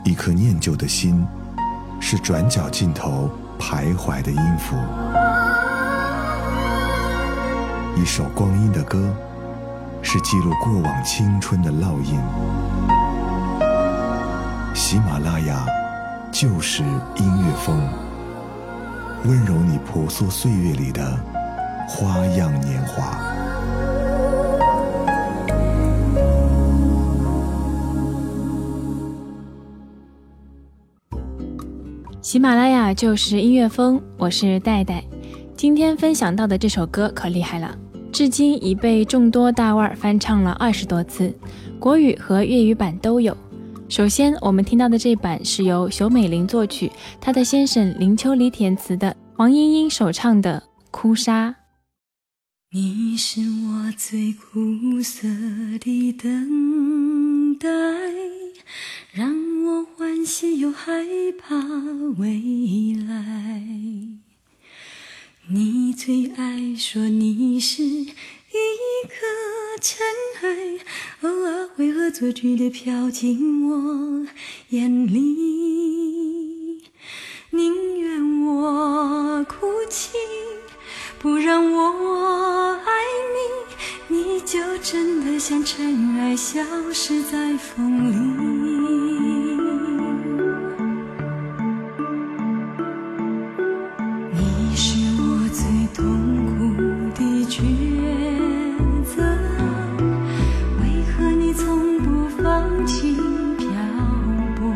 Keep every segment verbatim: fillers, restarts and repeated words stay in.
一颗念旧的心，是转角尽头徘徊的音符。一首光阴的歌，是记录过往青春的烙印。喜马拉雅就是音乐风，温柔你婆娑岁月里的花样年华。 喜马拉雅就是音乐风，我是戴戴。今天分享到的这首歌可厉害了，至今已被众多大腕翻唱了二十多次，国语和粤语版都有。首先我们听到的这版是由熊美玲作曲，她的先生林秋离填词的，黄莺莺首唱的《哭砂》。 你是我最苦涩的等待，让我欢喜又害怕未来。你最爱说你是一颗尘埃，偶尔会恶作剧地飘进我眼里，宁愿我哭泣，不让我爱你，你就真的像尘埃消失在风里。你是我最痛苦的抉择，为何你从不放弃漂泊？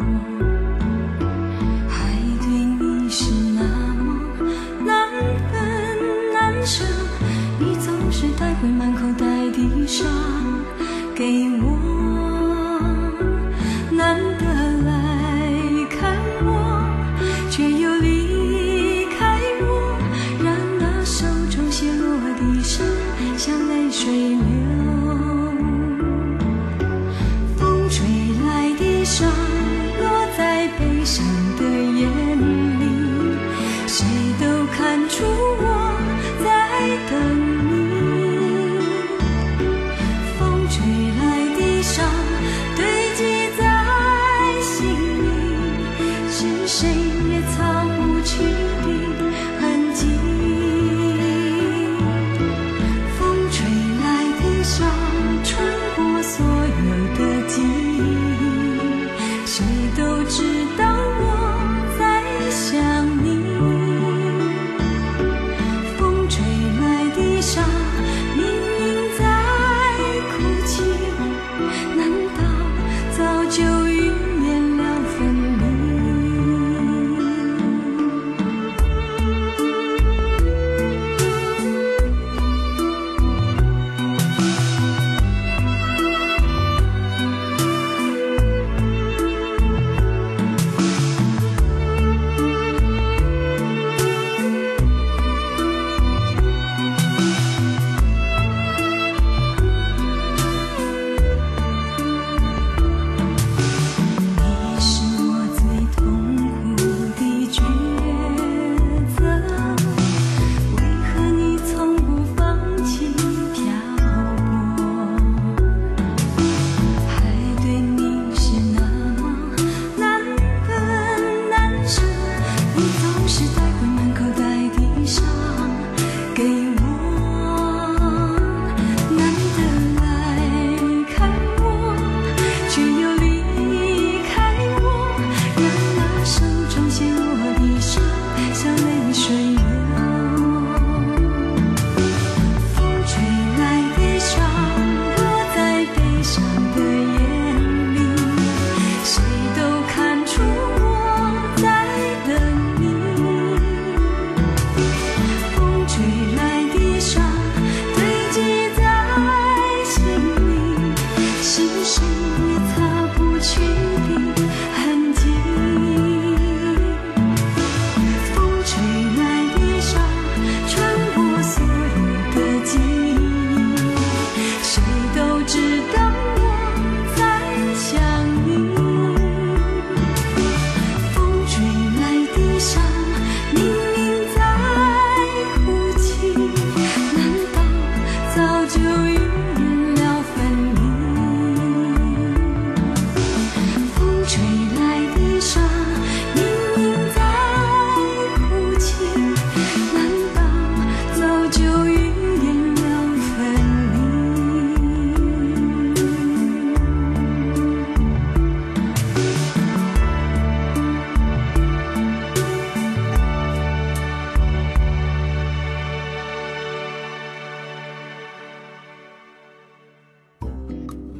爱对你是那么难分难舍，你总是带回满口袋的伤给我。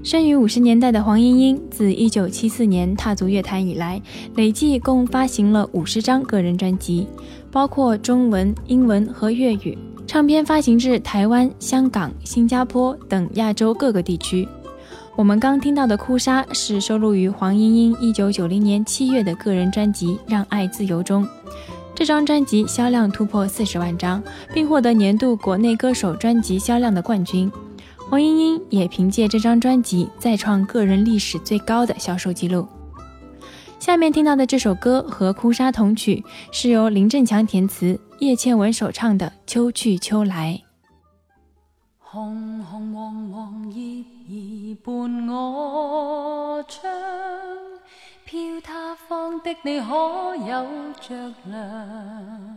生于五十年代的黄莺莺，自一九七四年踏足乐坛以来，累计共发行了五十张个人专辑，包括中文、英文和粤语，唱片发行至台湾、香港、新加坡等亚洲各个地区。我们刚听到的《哭砂》是收录于黄莺莺一九九零年七月的个人专辑《让爱自由》中。这张专辑销量突破四十万张，并获得年度国内歌手专辑销量的冠军。黄莺莺也凭借这张专辑再创个人历史最高的销售记录。下面听到的这首歌和《哭砂》同曲，是由林振强填词，叶倩文首唱的《秋去秋来》。 红红黄黄叶儿伴我窗，飘他方的你可有着凉？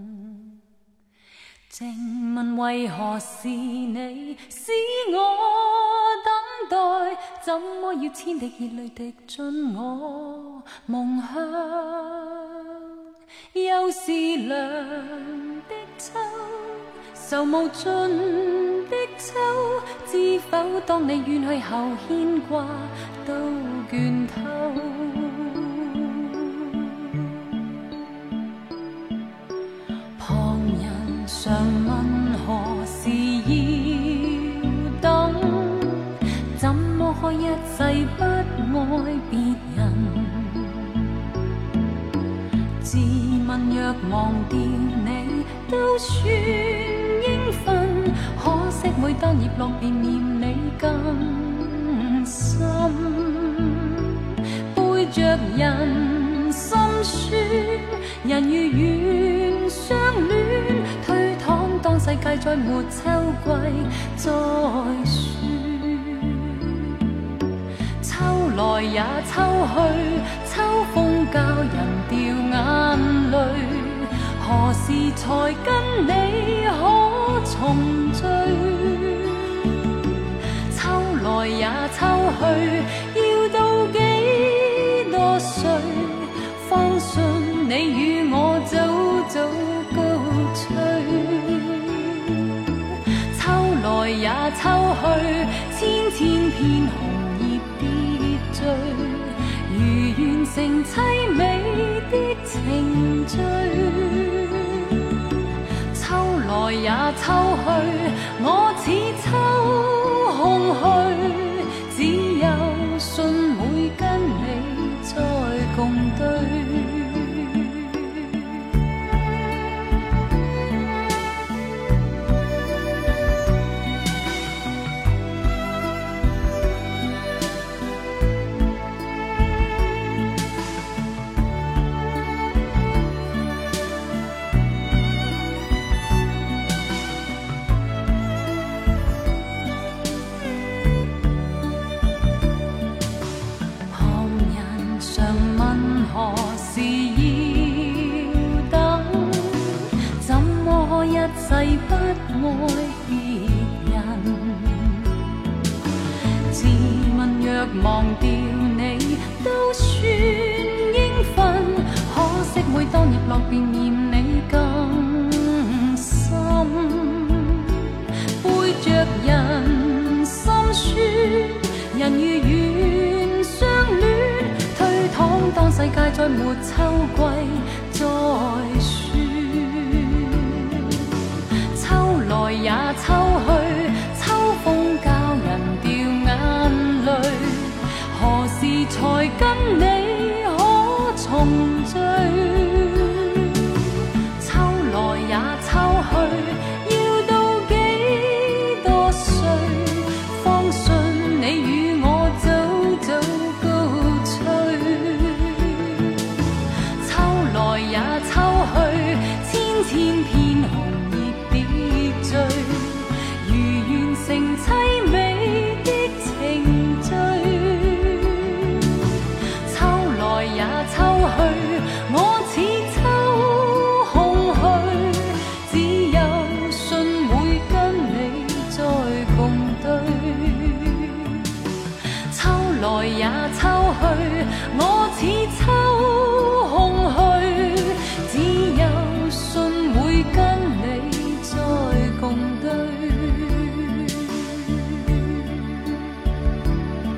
静问为何是你使我等待？怎么要千滴热泪滴进我梦乡？又是凉的秋，愁无尽的秋，知否当你远去后牵挂都倦透。旁人常问何时要等，怎么可一世不爱别人？自问若忘掉你都算应分，可惜每當葉落便念你更深，背着人心酸，人如願相戀，推搪當世界再沒秋季再說。秋來也秋去，秋風教人掉眼淚，何時才跟你可重聚？秋來也秋去，要到幾多歲，方信你與我早早高吹？秋來也秋去，千千片紅葉跌墜，如完成凄美的程序。秋來也秋去，我似秋空虛，只有信會跟你再共對。不愛別人，自問若忘掉你都算應分，可惜每當葉落便嫌你更深，背着人心酸，人如願相戀，推搪當世界再沒秋季再說。來也秋去，秋風教人掉眼淚，何時才跟你可重聚？秋來也秋去，要到幾多歲，方信你與我早早高吹？秋來也秋去，千千片紅如完成凄美的程序，秋來也秋去，我似秋空虛，只有信會跟你再共對。秋來也秋去，我似秋空虛，只有信會跟你再共對。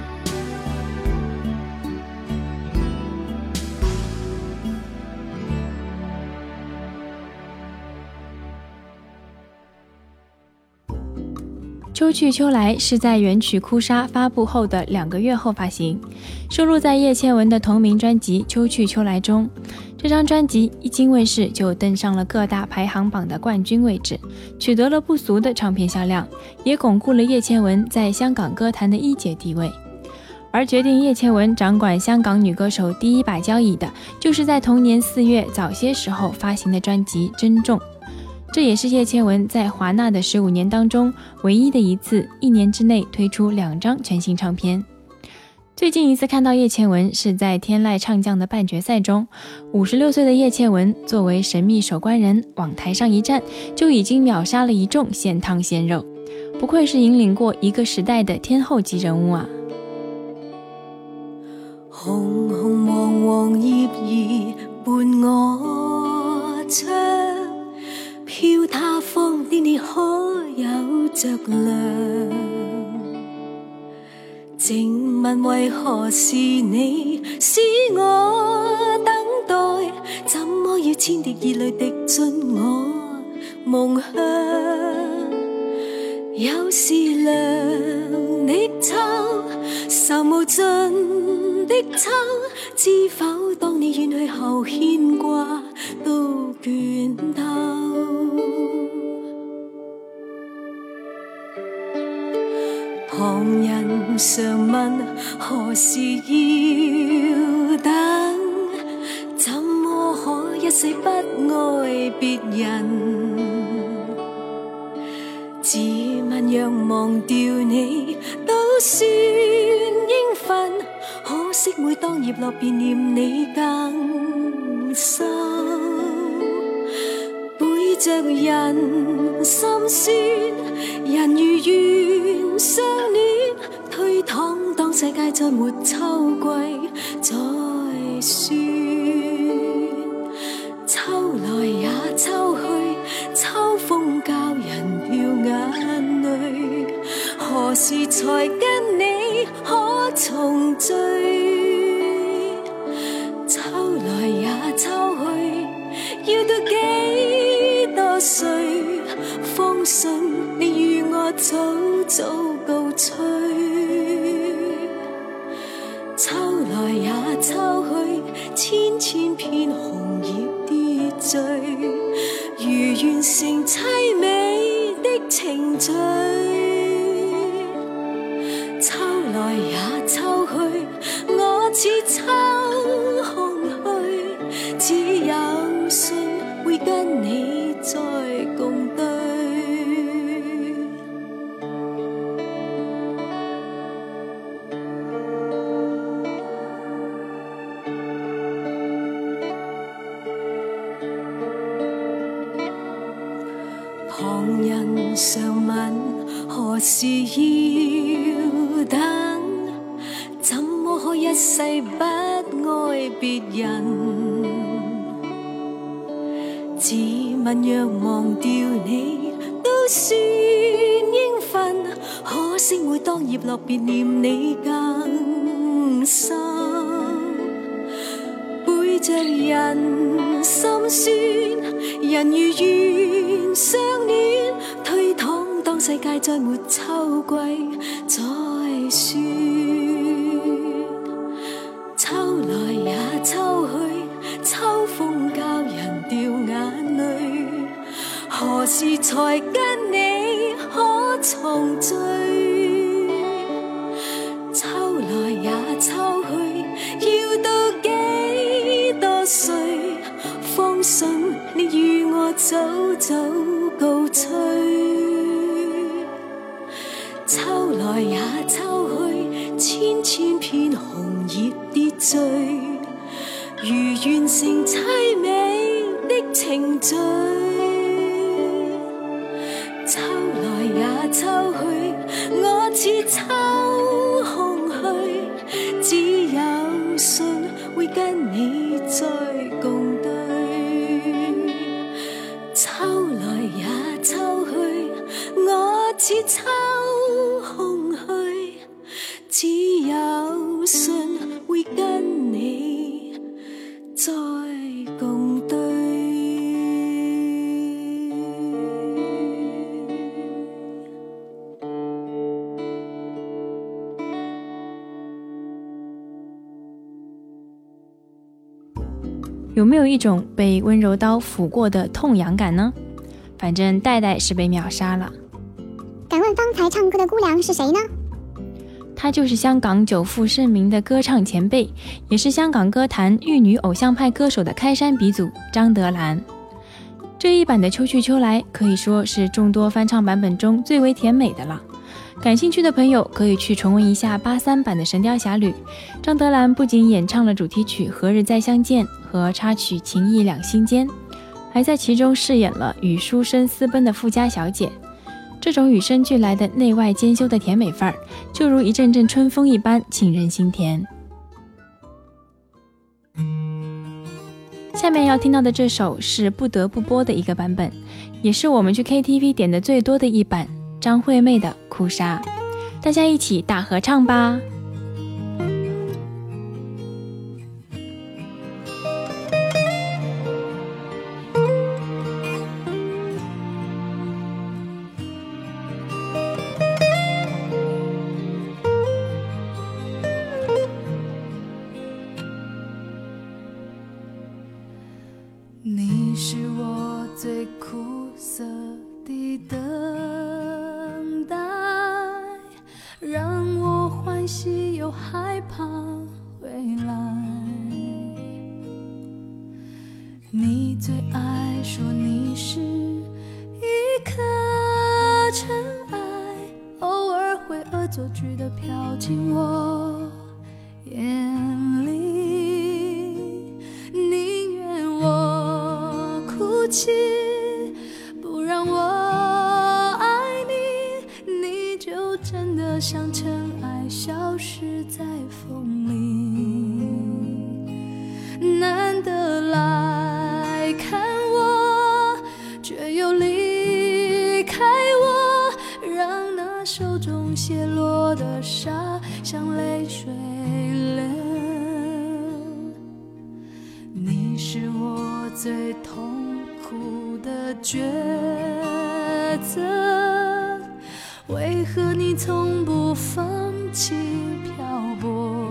秋去秋来是在原曲哭砂发布后的两个月后发行，收录在叶倩文的同名专辑《秋去秋来》中。这张专辑一经问世就登上了各大排行榜的冠军位置，取得了不俗的唱片销量，也巩固了叶倩文在香港歌坛的一姐地位。而决定叶倩文掌管香港女歌手第一把交椅的，就是在同年四月早些时候发行的专辑《珍重》，这也是叶倩文在华纳的十五年当中唯一的一次一年之内推出两张全新唱片。最近一次看到叶倩文是在天籁唱将的半决赛中，五十六岁的叶倩文作为神秘守关人，往台上一站就已经秒杀了一众鲜汤鲜肉，不愧是引领过一个时代的天后级人物啊。 紅紅黃黃葉兒伴我窗，飄他方的你可有着涼？靜問為何是你使我等待，怎麼要千滴熱淚滴進我夢鄉？有時涼的秋，愁無盡的秋，知否當你遠去後牽掛都倦透。旁人常問何時要等，怎麼可一世不愛別人？自問若忘掉你都算應份，可惜每當葉落便念你更深，背着人心酸，人如願相戀，推搪當世界再沒秋季再算。秋來也秋去，秋風教人掉眼淚，何時才跟你可重聚？秋來也秋去，要到幾多歲，方信你與我早早告吹。秋來也秋去，千千片紅葉跌墜，如完成凄美的程序。秋來也秋去，我似秋空虛，只有信會跟你再共對。旁人常問何時要等，怎麼可一世不愛別人？自問若忘掉你都算應份，可惜每當葉落便念你更深，背着人心酸，人如願相戀，推搪當世界再沒秋季再算。秋來也秋去，秋風教人掉眼淚，何時才跟你可重聚？秋來也秋去，要到幾多歲，方信你與我早早告吹。秋來也秋去，千千片紅葉跌墜，如完成凄美的程序。秋來也秋去，我似秋空虛，只有信會跟你再共對。秋來也秋去，我似秋空虛，只有信會跟你再共對。 有没有一种被温柔刀抚过的痛痒感呢？反正戴戴是被秒杀了。 敢问方才唱歌的姑娘是谁呢？ 她就是香港久负盛名的歌唱前辈，也是香港歌坛玉女偶像派歌手的开山鼻祖张德兰。这一版的秋去秋来可以说是众多翻唱版本中最为甜美的了。感兴趣的朋友可以去重温一下八三版的《神雕侠侣》。张德兰不仅演唱了主题曲《何日再相见》和插曲《情意两心间》，还在其中饰演了与书生私奔的富家小姐。这种与生俱来的内外兼修的甜美范儿，就如一阵阵春风一般沁人心田。下面要听到的这首是不得不播的一个版本，也是我们去 K T V 点的最多的一版，张惠妹的《哭砂》，大家一起大合唱吧。 你是我最苦涩的等待，让我欢喜又害怕回来。你最爱说你是一颗尘埃，偶尔会恶作剧地飘进我眼里。不让我爱你，你就真的像尘埃消失在风里。难得来看我，却又离开我，让那手中泻落的沙像泪水流。你是我最痛苦的抉择，为何你从不放弃漂泊？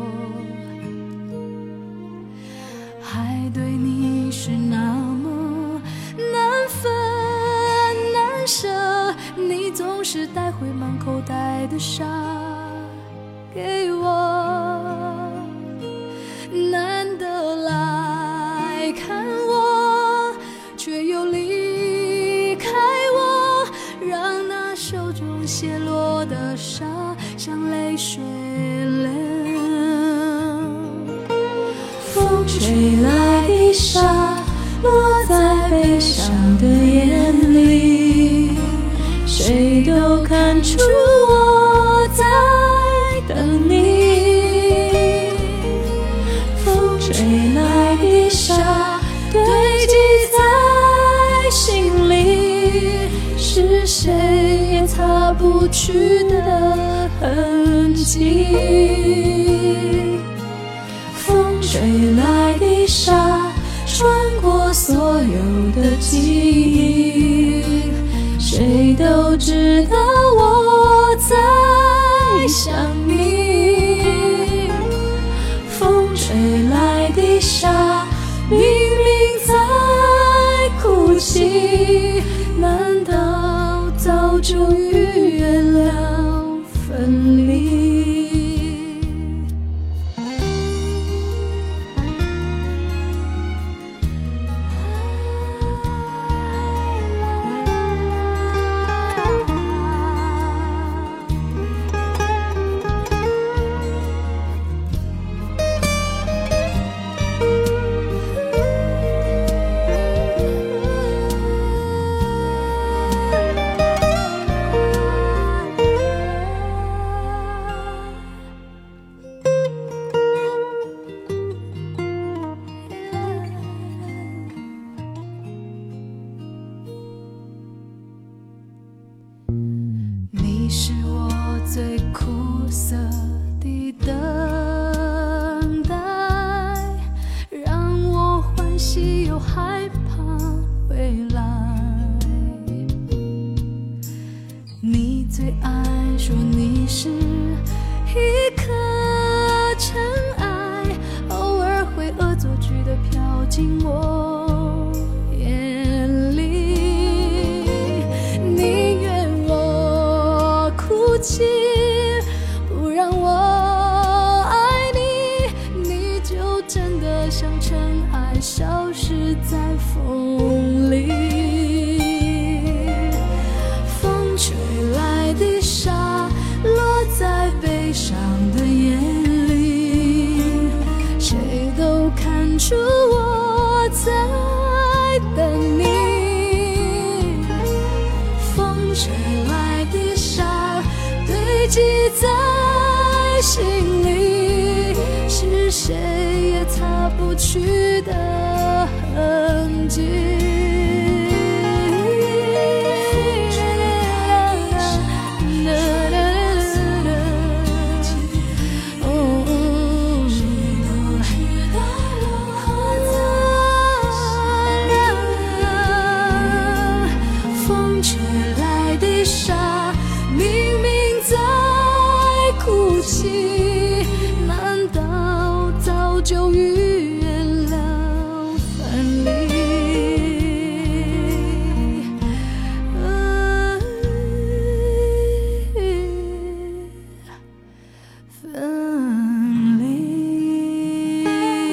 爱对你是那么难分难舍，你总是带回满口袋的沙给我。难得来看我，却又离开我，让那手中泻落的沙像泪水流。风吹来的沙落在悲伤的眼里，谁都看出我在等你。风吹来的沙堆积在心里，是谁也擦不去的痕迹。风吹来的沙穿过所有的记忆，谁都知道我在想你。风吹来的沙明明在哭泣，难道早就预约了分离？ 真的像尘埃，消失在风里。风吹来的沙，落在悲伤的眼里，谁都看出我在等你。风吹来的沙，堆积在心里，是谁也擦不去的痕迹。风吹来的沙，明明在哭泣，难道早就预言了分离？分离。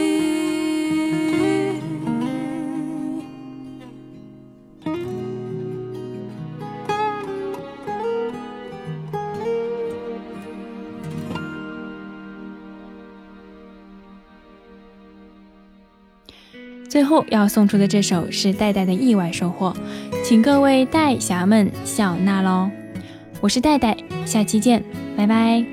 最后要送出的这首是戴戴的意外收获，请各位戴侠们笑纳喽！我是戴戴，下期见，拜拜。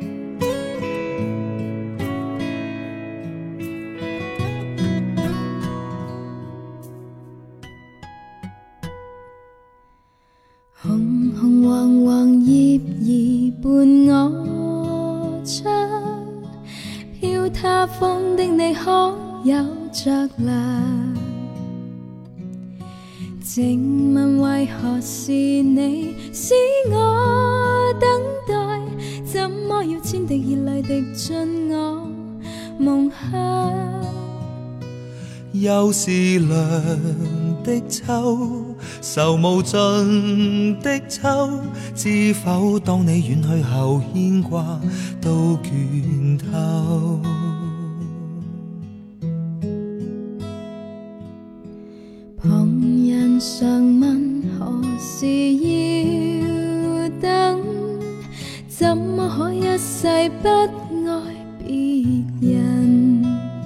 紅紅黃黃葉兒伴我唱，飄他風的你可有着涼？靜問為何是你使我等待，怎麼要千滴熱淚滴進我夢鄉？ 又是涼的秋，愁無盡的秋，知否當你遠去後牽掛都倦透。 旁人常問何時要等，怎麼可一世不愛別人？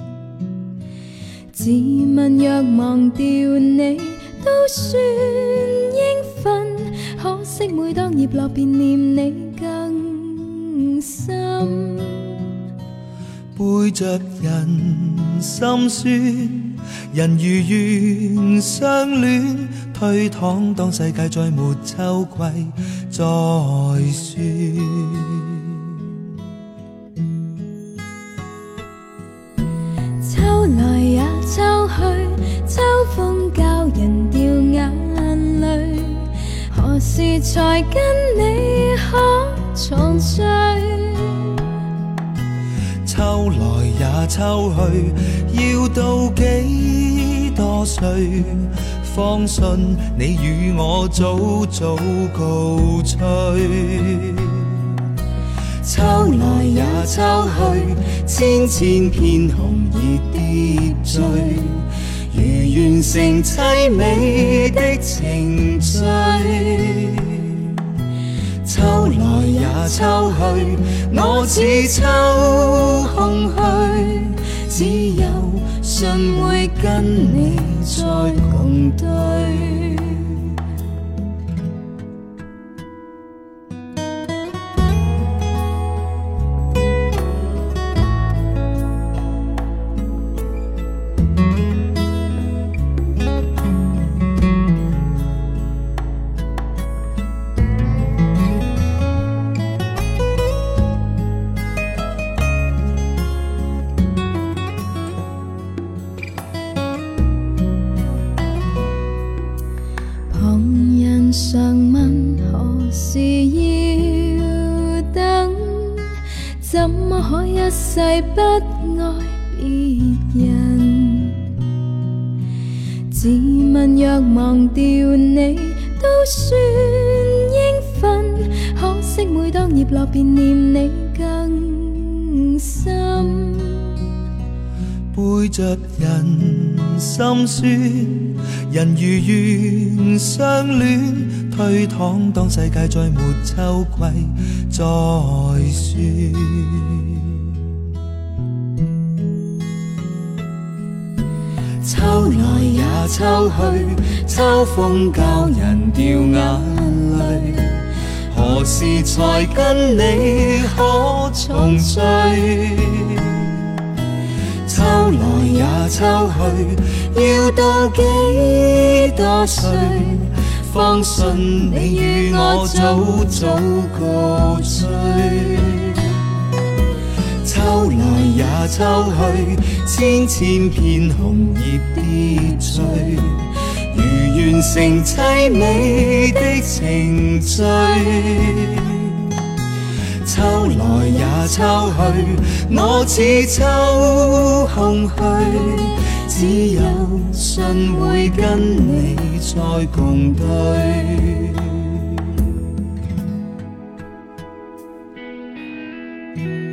自問若忘掉你都算應份，可惜每當葉落便念你更深。 背着人心酸，人如願相戀，推搪當世界再沒秋季再說。 秋來也秋去，秋風教人掉眼淚，何時才跟你可重聚？ 秋來也秋去，要到幾多歲，方信你與我早早告吹。秋來也秋去，千千片紅葉跌墜，如完成凄美的程序。秋來也秋去，我似秋空虛，只有信會跟你再共對。常問何時要等，怎麼可一世不愛別人？自問若忘掉你都算應份，可惜每當葉落便念你更深。 背着人心酸，人如願相戀，推搪當世界再沒秋季再說。秋來也秋去，秋風教人掉眼淚，何時才跟你可重聚？秋來也秋去，要到幾多歲，方信你與我早早告吹。秋來也秋去，千千片紅葉跌碎，如完成凄美的程序。秋來也秋去，我似秋空虛，只有信會跟你再共對。